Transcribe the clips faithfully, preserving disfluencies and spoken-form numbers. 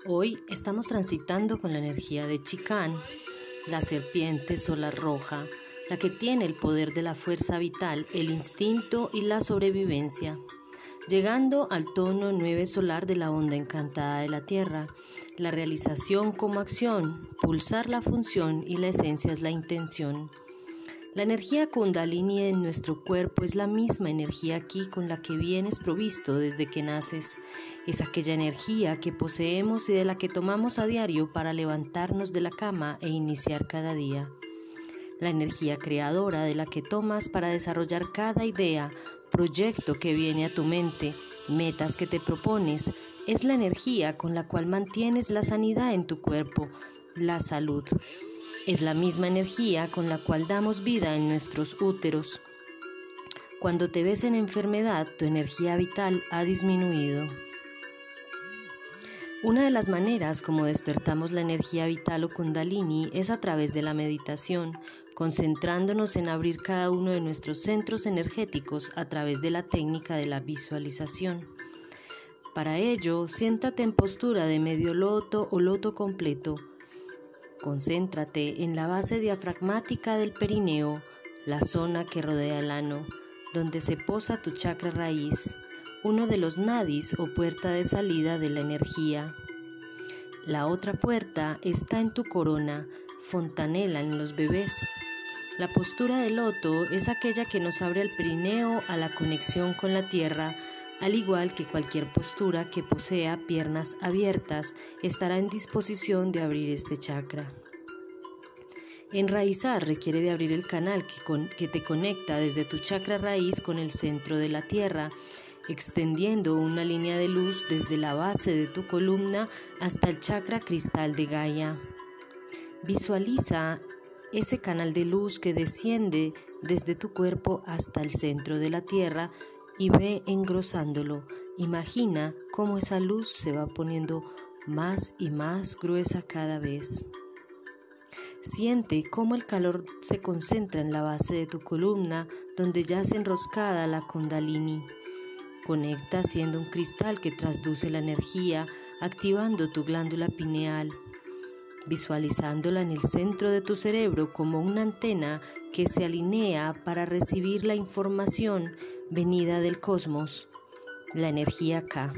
Hoy estamos transitando con la energía de Chicán, la serpiente solar roja, la que tiene el poder de la fuerza vital, el instinto y la sobrevivencia. Llegando al tono nueve solar de la onda encantada de la Tierra, la realización como acción, pulsar la función y la esencia es la intención. La energía Kundalini en nuestro cuerpo es la misma energía aquí con la que vienes provisto desde que naces. Es aquella energía que poseemos y de la que tomamos a diario para levantarnos de la cama e iniciar cada día. La energía creadora de la que tomas para desarrollar cada idea, proyecto que viene a tu mente, metas que te propones, es la energía con la cual mantienes la sanidad en tu cuerpo, la salud. Es la misma energía con la cual damos vida en nuestros úteros. Cuando te ves en enfermedad, tu energía vital ha disminuido. Una de las maneras como despertamos la energía vital o Kundalini es a través de la meditación, concentrándonos en abrir cada uno de nuestros centros energéticos a través de la técnica de la visualización. Para ello, siéntate en postura de medio loto o loto completo. Concéntrate en la base diafragmática del perineo, la zona que rodea el ano, donde se posa tu chakra raíz, uno de los nadis o puerta de salida de la energía. La otra puerta está en tu corona, fontanela en los bebés. La postura de loto es aquella que nos abre el perineo a la conexión con la tierra, al igual que cualquier postura que posea piernas abiertas, estará en disposición de abrir este chakra. Enraizar requiere de abrir el canal que, con, que te conecta desde tu chakra raíz con el centro de la tierra, extendiendo una línea de luz desde la base de tu columna hasta el chakra cristal de Gaia. Visualiza ese canal de luz que desciende desde tu cuerpo hasta el centro de la tierra y ve engrosándolo. Imagina cómo esa luz se va poniendo más y más gruesa cada vez. Siente cómo el calor se concentra en la base de tu columna, donde yace enroscada la Kundalini. Conecta siendo un cristal que transduce la energía, activando tu glándula pineal, visualizándola en el centro de tu cerebro como una antena que se alinea para recibir la información venida del cosmos, la energía Ka.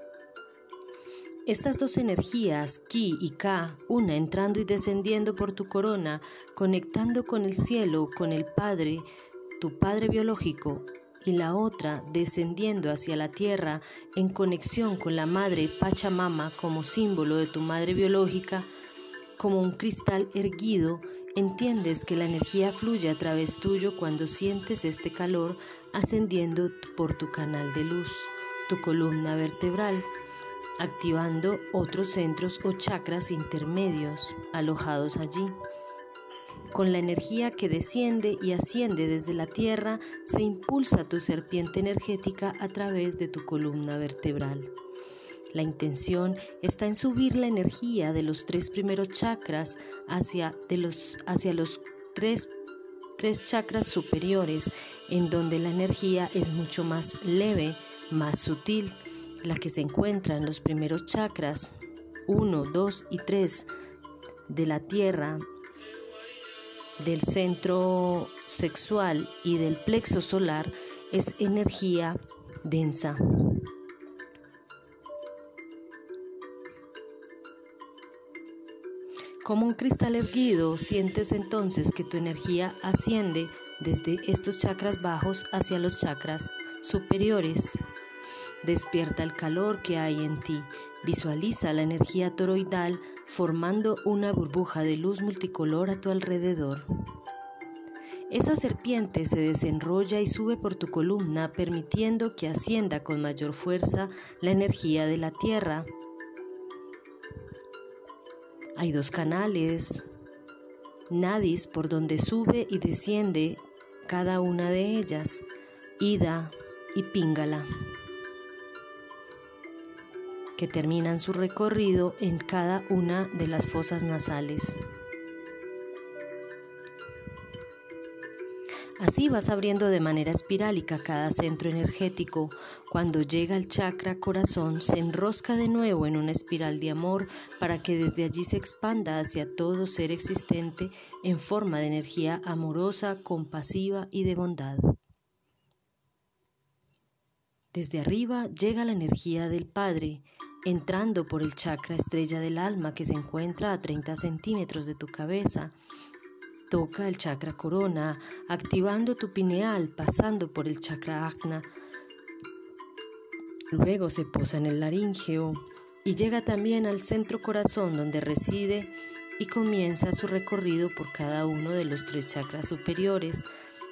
Estas dos energías, Ki y Ka, una entrando y descendiendo por tu corona, conectando con el cielo, con el Padre, tu Padre biológico, y la otra descendiendo hacia la tierra en conexión con la Madre Pachamama como símbolo de tu Madre biológica, como un cristal erguido. Entiendes que la energía fluye a través tuyo cuando sientes este calor ascendiendo por tu canal de luz, tu columna vertebral, activando otros centros o chakras intermedios alojados allí. Con la energía que desciende y asciende desde la tierra, se impulsa tu serpiente energética a través de tu columna vertebral. La intención está en subir la energía de los tres primeros chakras hacia, de los, hacia los tres, tres chakras superiores, en donde la energía es mucho más leve, más sutil, la que se encuentra en los primeros chakras uno, dos y tres de la tierra, del centro sexual y del plexo solar, es energía densa. Como un cristal erguido, sientes entonces que tu energía asciende desde estos chakras bajos hacia los chakras superiores. Despierta el calor que hay en ti. Visualiza la energía toroidal formando una burbuja de luz multicolor a tu alrededor. Esa serpiente se desenrolla y sube por tu columna, permitiendo que ascienda con mayor fuerza la energía de la tierra. Hay dos canales, nadis, por donde sube y desciende cada una de ellas, Ida y Pingala, que terminan su recorrido en cada una de las fosas nasales. Así vas abriendo de manera espirálica cada centro energético. Cuando llega al chakra corazón, se enrosca de nuevo en una espiral de amor para que desde allí se expanda hacia todo ser existente en forma de energía amorosa, compasiva y de bondad. Desde arriba llega la energía del Padre, entrando por el chakra estrella del alma que se encuentra a treinta centímetros de tu cabeza. Toca el chakra corona, activando tu pineal, pasando por el chakra ajna. Luego se posa en el laríngeo y llega también al centro corazón donde reside y comienza su recorrido por cada uno de los tres chakras superiores.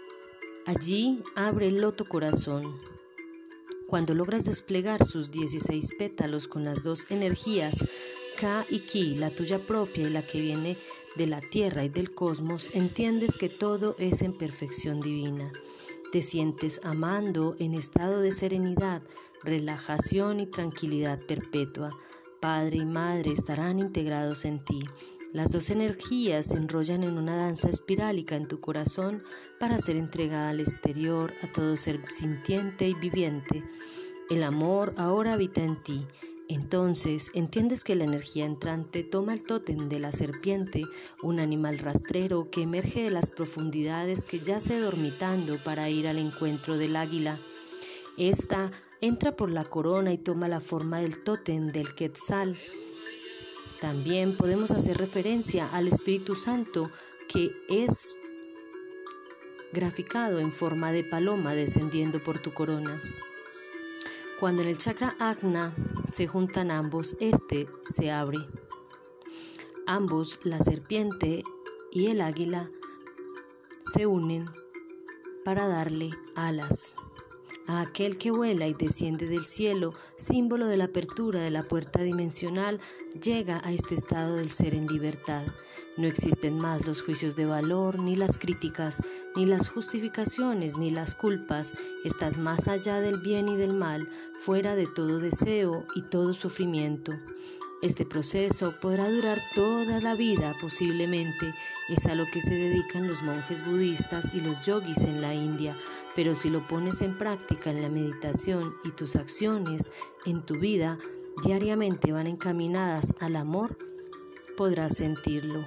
Allí abre el loto corazón. Cuando logras desplegar sus dieciséis pétalos con las dos energías, Ka y Ki, la tuya propia y la que viene de la tierra y del cosmos, entiendes que todo es en perfección divina. Te sientes amando en estado de serenidad, relajación y tranquilidad perpetua. Padre y Madre estarán integrados en ti. Las dos energías se enrollan en una danza espirálica en tu corazón para ser entregada al exterior, a todo ser sintiente y viviente. El amor ahora habita en ti. Entonces entiendes que la energía entrante toma el tótem de la serpiente, un animal rastrero que emerge de las profundidades que yace dormitando para ir al encuentro del águila. Esta entra por la corona y toma la forma del tótem del Quetzal. También podemos hacer referencia al Espíritu Santo, que es graficado en forma de paloma descendiendo por tu corona. Cuando en el chakra ajna se juntan ambos, este se abre. Ambos, la serpiente y el águila, se unen para darle alas a aquel que vuela y desciende del cielo, símbolo de la apertura de la puerta dimensional, llega a este estado del ser en libertad. No existen más los juicios de valor, ni las críticas, ni las justificaciones, ni las culpas. Estás más allá del bien y del mal, fuera de todo deseo y todo sufrimiento. Este proceso podrá durar toda la vida, posiblemente, es a lo que se dedican los monjes budistas y los yogis en la India, pero si lo pones en práctica en la meditación y tus acciones en tu vida diariamente van encaminadas al amor, podrás sentirlo.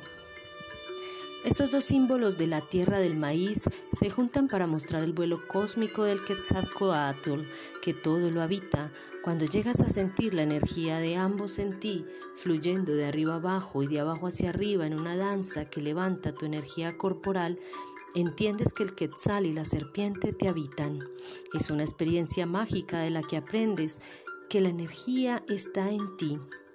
Estos dos símbolos de la tierra del maíz se juntan para mostrar el vuelo cósmico del Quetzalcóatl, que todo lo habita. Cuando llegas a sentir la energía de ambos en ti, fluyendo de arriba abajo y de abajo hacia arriba en una danza que levanta tu energía corporal, entiendes que el Quetzal y la serpiente te habitan. Es una experiencia mágica de la que aprendes que la energía está en ti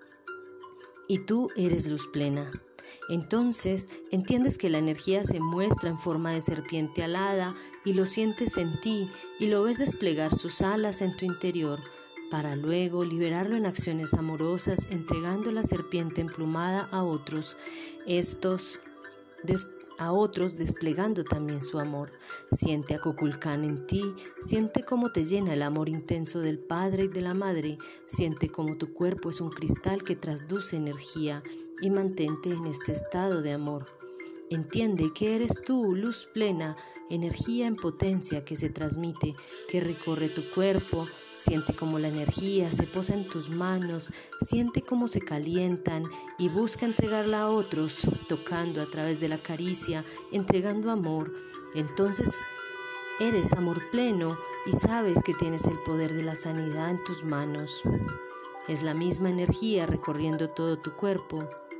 y tú eres luz plena. Entonces entiendes que la energía se muestra en forma de serpiente alada y lo sientes en ti y lo ves desplegar sus alas en tu interior para luego liberarlo en acciones amorosas, entregando la serpiente emplumada a otros, estos des- a otros desplegando también su amor. Siente a Kukulcán en ti, siente cómo te llena el amor intenso del Padre y de la Madre, siente cómo tu cuerpo es un cristal que trasduce energía y mantente en este estado de amor. Entiende que eres tú, luz plena, energía en potencia que se transmite, que recorre tu cuerpo. Siente cómo la energía se posa en tus manos, siente cómo se calientan y busca entregarla a otros, tocando a través de la caricia, entregando amor. Entonces eres amor pleno y sabes que tienes el poder de la sanidad en tus manos. Es la misma energía recorriendo todo tu cuerpo.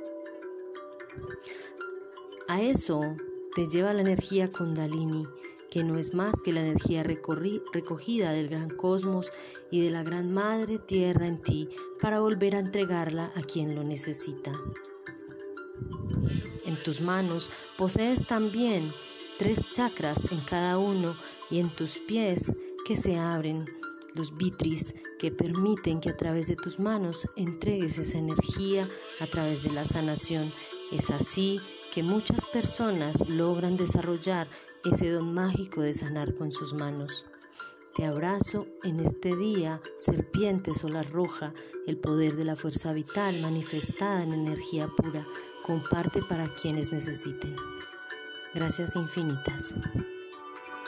A eso te lleva la energía Kundalini, que no es más que la energía recorri- recogida del gran cosmos y de la gran madre tierra en ti para volver a entregarla a quien lo necesita. En tus manos posees también tres chakras en cada uno y en tus pies que se abren los vitris que permiten que a través de tus manos entregues esa energía a través de la sanación. Es así que muchas personas logran desarrollar ese don mágico de sanar con sus manos. Te abrazo en este día, serpiente solar roja, el poder de la fuerza vital manifestada en energía pura. Comparte para quienes necesiten. Gracias infinitas.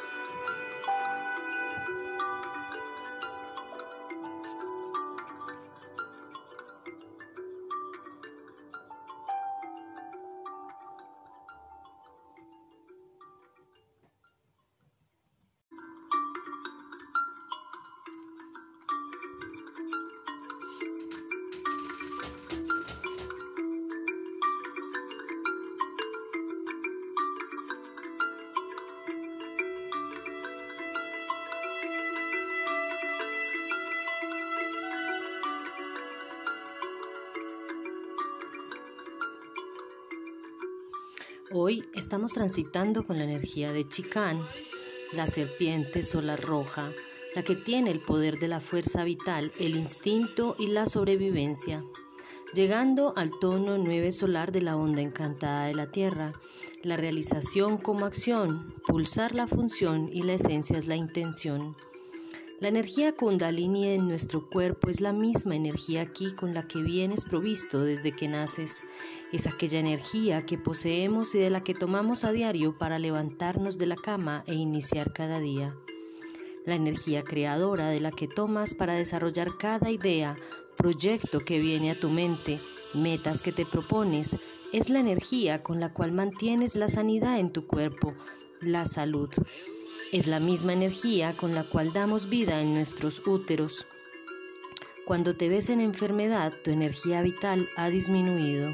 Hoy estamos transitando con la energía de Chicán, la serpiente solar roja, la que tiene el poder de la fuerza vital, el instinto y la sobrevivencia, llegando al tono nueve solar de la onda encantada de la Tierra. La realización como acción, pulsar la función y la esencia es la intención. La energía Kundalini en nuestro cuerpo es la misma energía aquí con la que vienes provisto desde que naces. Es aquella energía que poseemos y de la que tomamos a diario para levantarnos de la cama e iniciar cada día. La energía creadora de la que tomas para desarrollar cada idea, proyecto que viene a tu mente, metas que te propones, es la energía con la cual mantienes la sanidad en tu cuerpo, la salud. Es la misma energía con la cual damos vida en nuestros úteros. Cuando te ves en enfermedad, tu energía vital ha disminuido.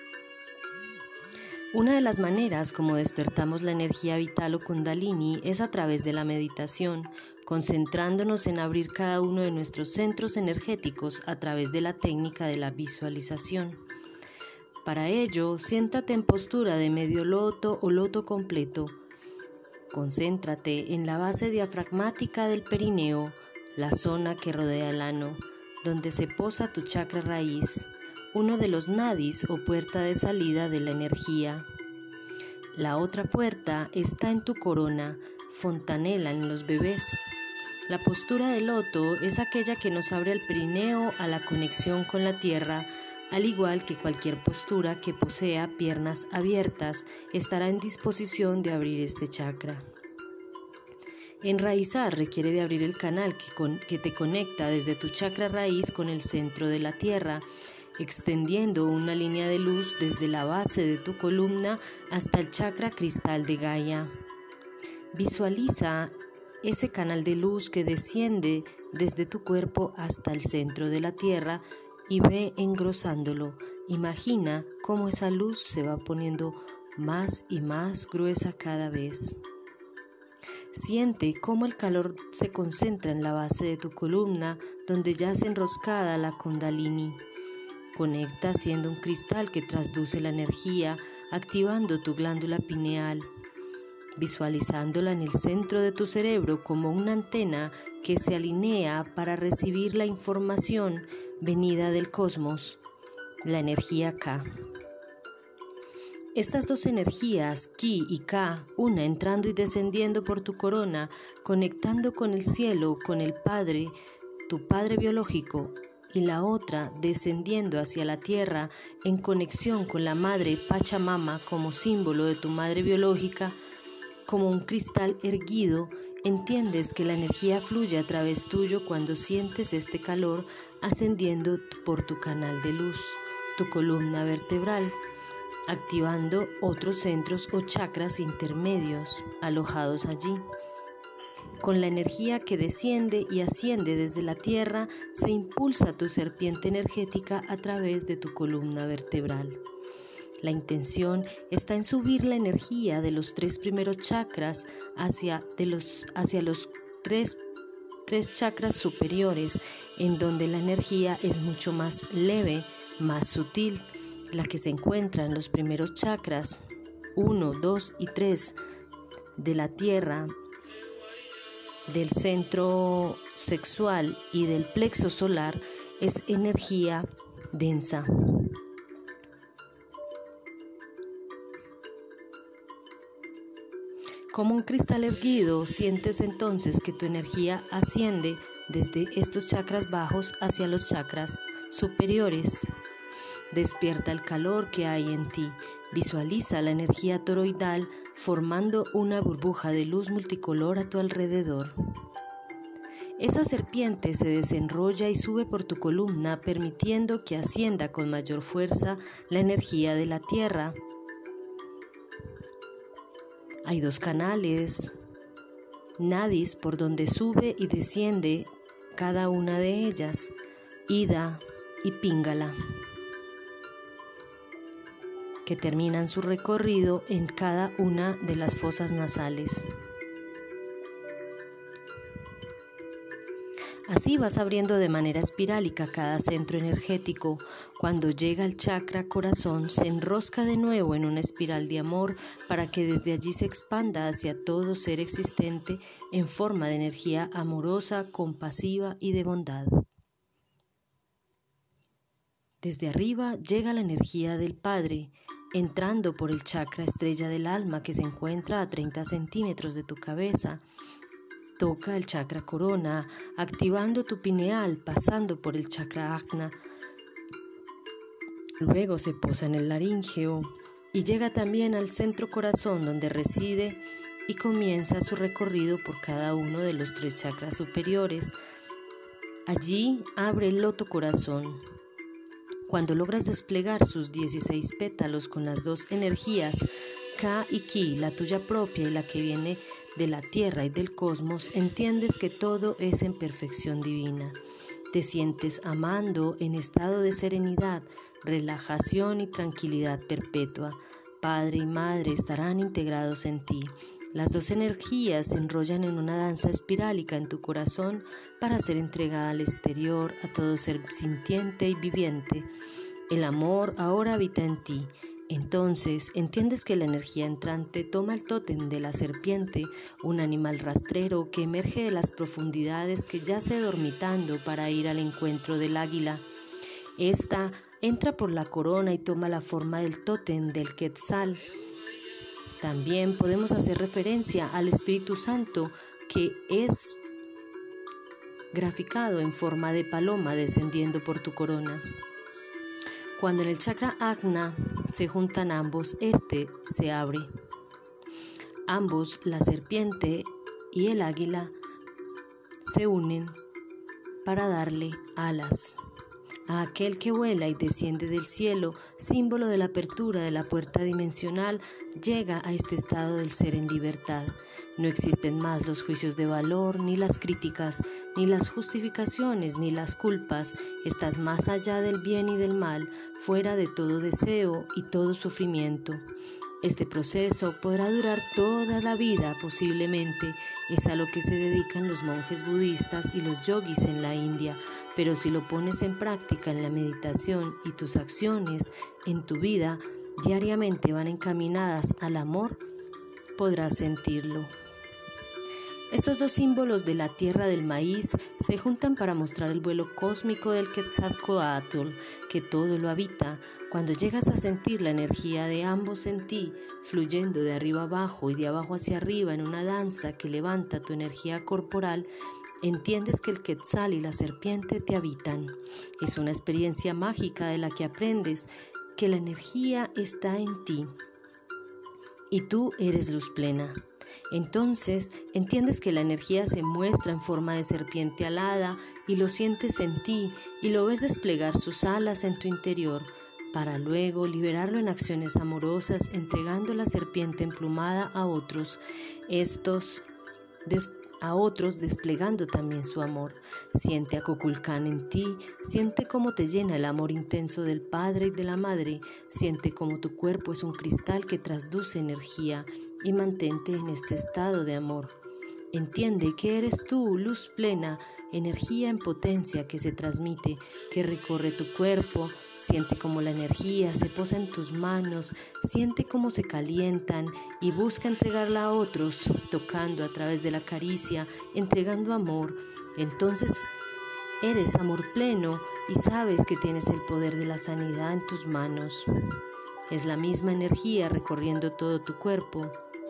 Una de las maneras como despertamos la energía vital o Kundalini es a través de la meditación, concentrándonos en abrir cada uno de nuestros centros energéticos a través de la técnica de la visualización. Para ello, siéntate en postura de medio loto o loto completo. Concéntrate en la base diafragmática del perineo, la zona que rodea el ano, donde se posa tu chakra raíz, uno de los nadis o puerta de salida de la energía. La otra puerta está en tu corona, fontanela en los bebés. La postura de loto es aquella que nos abre el perineo a la conexión con la tierra, al igual que cualquier postura que posea piernas abiertas estará en disposición de abrir este chakra. Enraizar requiere de abrir el canal que, con, que te conecta desde tu chakra raíz con el centro de la tierra, extendiendo una línea de luz desde la base de tu columna hasta el chakra cristal de Gaia. Visualiza ese canal de luz que desciende desde tu cuerpo hasta el centro de la tierra y ve engrosándolo. Imagina cómo esa luz se va poniendo más y más gruesa cada vez. Siente cómo el calor se concentra en la base de tu columna, donde yace enroscada la Kundalini. Conecta haciendo un cristal que transduce la energía, activando tu glándula pineal, visualizándola en el centro de tu cerebro como una antena que se alinea para recibir la información venida del cosmos, la energía Ka. Estas dos energías, Ki y Ka, una entrando y descendiendo por tu corona, conectando con el cielo, con el Padre, tu Padre biológico, y la otra descendiendo hacia la tierra en conexión con la Madre Pachamama como símbolo de tu Madre biológica, como un cristal erguido. Entiendes que la energía fluye a través tuyo cuando sientes este calor ascendiendo por tu canal de luz, tu columna vertebral, activando otros centros o chakras intermedios alojados allí. Con la energía que desciende y asciende desde la tierra, se impulsa tu serpiente energética a través de tu columna vertebral. La intención está en subir la energía de los tres primeros chakras hacia, de los, hacia los tres, tres chakras superiores, en donde la energía es mucho más leve, más sutil, la que se encuentra en los primeros chakras uno, dos y tres de la tierra, del centro sexual y del plexo solar, es energía densa. Como un cristal erguido, sientes entonces que tu energía asciende desde estos chakras bajos hacia los chakras superiores. Despierta el calor que hay en ti. Visualiza la energía toroidal formando una burbuja de luz multicolor a tu alrededor. Esa serpiente se desenrolla y sube por tu columna, permitiendo que ascienda con mayor fuerza la energía de la tierra. Hay dos canales, nadis, por donde sube y desciende cada una de ellas, Ida y Pingala, que terminan su recorrido en cada una de las fosas nasales. Así vas abriendo de manera espirálica cada centro energético. Cuando llega al chakra corazón, se enrosca de nuevo en una espiral de amor para que desde allí se expanda hacia todo ser existente en forma de energía amorosa, compasiva y de bondad. Desde arriba llega la energía del Padre, entrando por el chakra estrella del alma que se encuentra a treinta centímetros de tu cabeza. Toca el chakra corona, activando tu pineal, pasando por el chakra ajna. Luego se posa en el laríngeo y llega también al centro corazón donde reside y comienza su recorrido por cada uno de los tres chakras superiores. Allí abre el loto corazón. Cuando logras desplegar sus dieciséis pétalos con las dos energías, Ka y Ki, la tuya propia y la que viene de la tierra y del cosmos, entiendes que todo es en perfección divina. Te sientes amando en estado de serenidad, relajación y tranquilidad perpetua. Padre y madre estarán integrados en ti. Las dos energías se enrollan en una danza espirálica en tu corazón para ser entregada al exterior, a todo ser sintiente y viviente. El amor ahora habita en ti. Entonces entiendes que la energía entrante toma el tótem de la serpiente, un animal rastrero que emerge de las profundidades que yace dormitando para ir al encuentro del águila. Esta entra por la corona y toma la forma del tótem del Quetzal. También podemos hacer referencia al Espíritu Santo, que es graficado en forma de paloma descendiendo por tu corona. Cuando en el chakra ajna se juntan ambos, este se abre. Ambos, la serpiente y el águila, se unen para darle alas a aquel que vuela y desciende del cielo, símbolo de la apertura de la puerta dimensional, llega a este estado del ser en libertad. No existen más los juicios de valor, ni las críticas, ni las justificaciones, ni las culpas. Estás más allá del bien y del mal, fuera de todo deseo y todo sufrimiento. Este proceso podrá durar toda la vida, posiblemente, es a lo que se dedican los monjes budistas y los yogis en la India, pero si lo pones en práctica en la meditación y tus acciones en tu vida diariamente van encaminadas al amor, podrás sentirlo. Estos dos símbolos de la tierra del maíz se juntan para mostrar el vuelo cósmico del Quetzalcóatl, que todo lo habita. Cuando llegas a sentir la energía de ambos en ti, fluyendo de arriba abajo y de abajo hacia arriba en una danza que levanta tu energía corporal, entiendes que el Quetzal y la serpiente te habitan. Es una experiencia mágica de la que aprendes que la energía está en ti y tú eres luz plena. Entonces entiendes que la energía se muestra en forma de serpiente alada y lo sientes en ti y lo ves desplegar sus alas en tu interior para luego liberarlo en acciones amorosas, entregando la serpiente emplumada a otros, estos des- a otros desplegando también su amor. Siente a Kukulcán en ti, siente cómo te llena el amor intenso del Padre y de la Madre, siente cómo tu cuerpo es un cristal que trasduce energía y mantente en este estado de amor. Entiende que eres tú, luz plena, energía en potencia que se transmite, que recorre tu cuerpo. Siente cómo la energía se posa en tus manos, siente cómo se calientan y busca entregarla a otros, tocando a través de la caricia, entregando amor. Entonces eres amor pleno y sabes que tienes el poder de la sanidad en tus manos. Es la misma energía recorriendo todo tu cuerpo.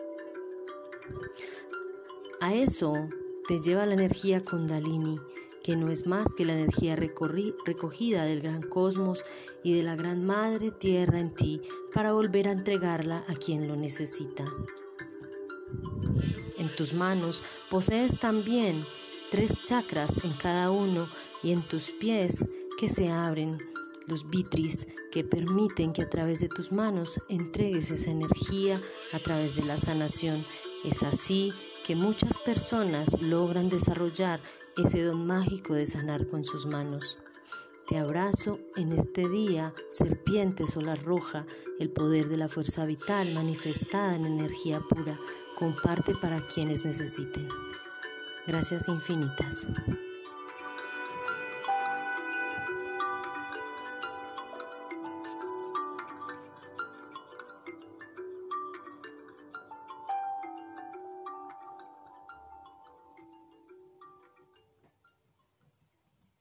A eso te lleva la energía Kundalini, que no es más que la energía recorri- recogida del gran cosmos y de la gran madre tierra en ti para volver a entregarla a quien lo necesita. En tus manos posees también tres chakras en cada uno y en tus pies que se abren los vitris que permiten que a través de tus manos entregues esa energía a través de la sanación. Es así que muchas personas logran desarrollar ese don mágico de sanar con sus manos. Te abrazo en este día, serpiente solar roja, el poder de la fuerza vital manifestada en energía pura. Comparte para quienes necesiten. Gracias infinitas.